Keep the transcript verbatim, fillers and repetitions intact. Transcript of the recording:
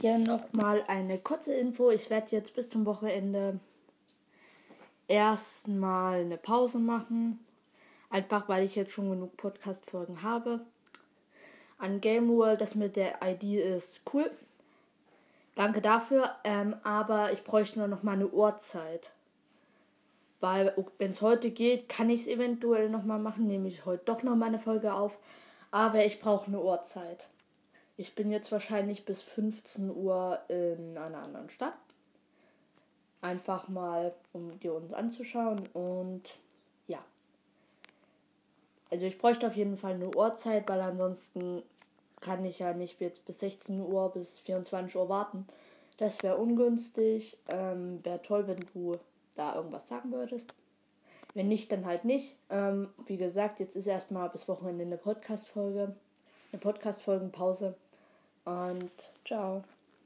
Hier nochmal eine kurze Info. Ich werde jetzt bis zum Wochenende erstmal eine Pause machen. Einfach weil ich jetzt schon genug Podcast-Folgen habe. An Game World, das mit der I D ist cool. Danke dafür. Ähm, aber ich bräuchte nur noch mal eine Uhrzeit. Weil, wenn es heute geht, kann ich es eventuell nochmal machen. Nehme ich heute doch noch mal eine Folge auf. Aber ich brauche eine Uhrzeit. Ich bin jetzt wahrscheinlich bis fünfzehn Uhr in einer anderen Stadt. Einfach mal, um dir uns anzuschauen. Und ja. Also ich bräuchte auf jeden Fall eine Uhrzeit, weil ansonsten kann ich ja nicht jetzt bis sechzehn Uhr, bis vierundzwanzig Uhr warten. Das wäre ungünstig. Ähm, wäre toll, wenn du da irgendwas sagen würdest. Wenn nicht, dann halt nicht. Ähm, wie gesagt, jetzt ist erstmal bis Wochenende eine Podcast-Folge. Eine Podcast-Folgenpause. Und ciao.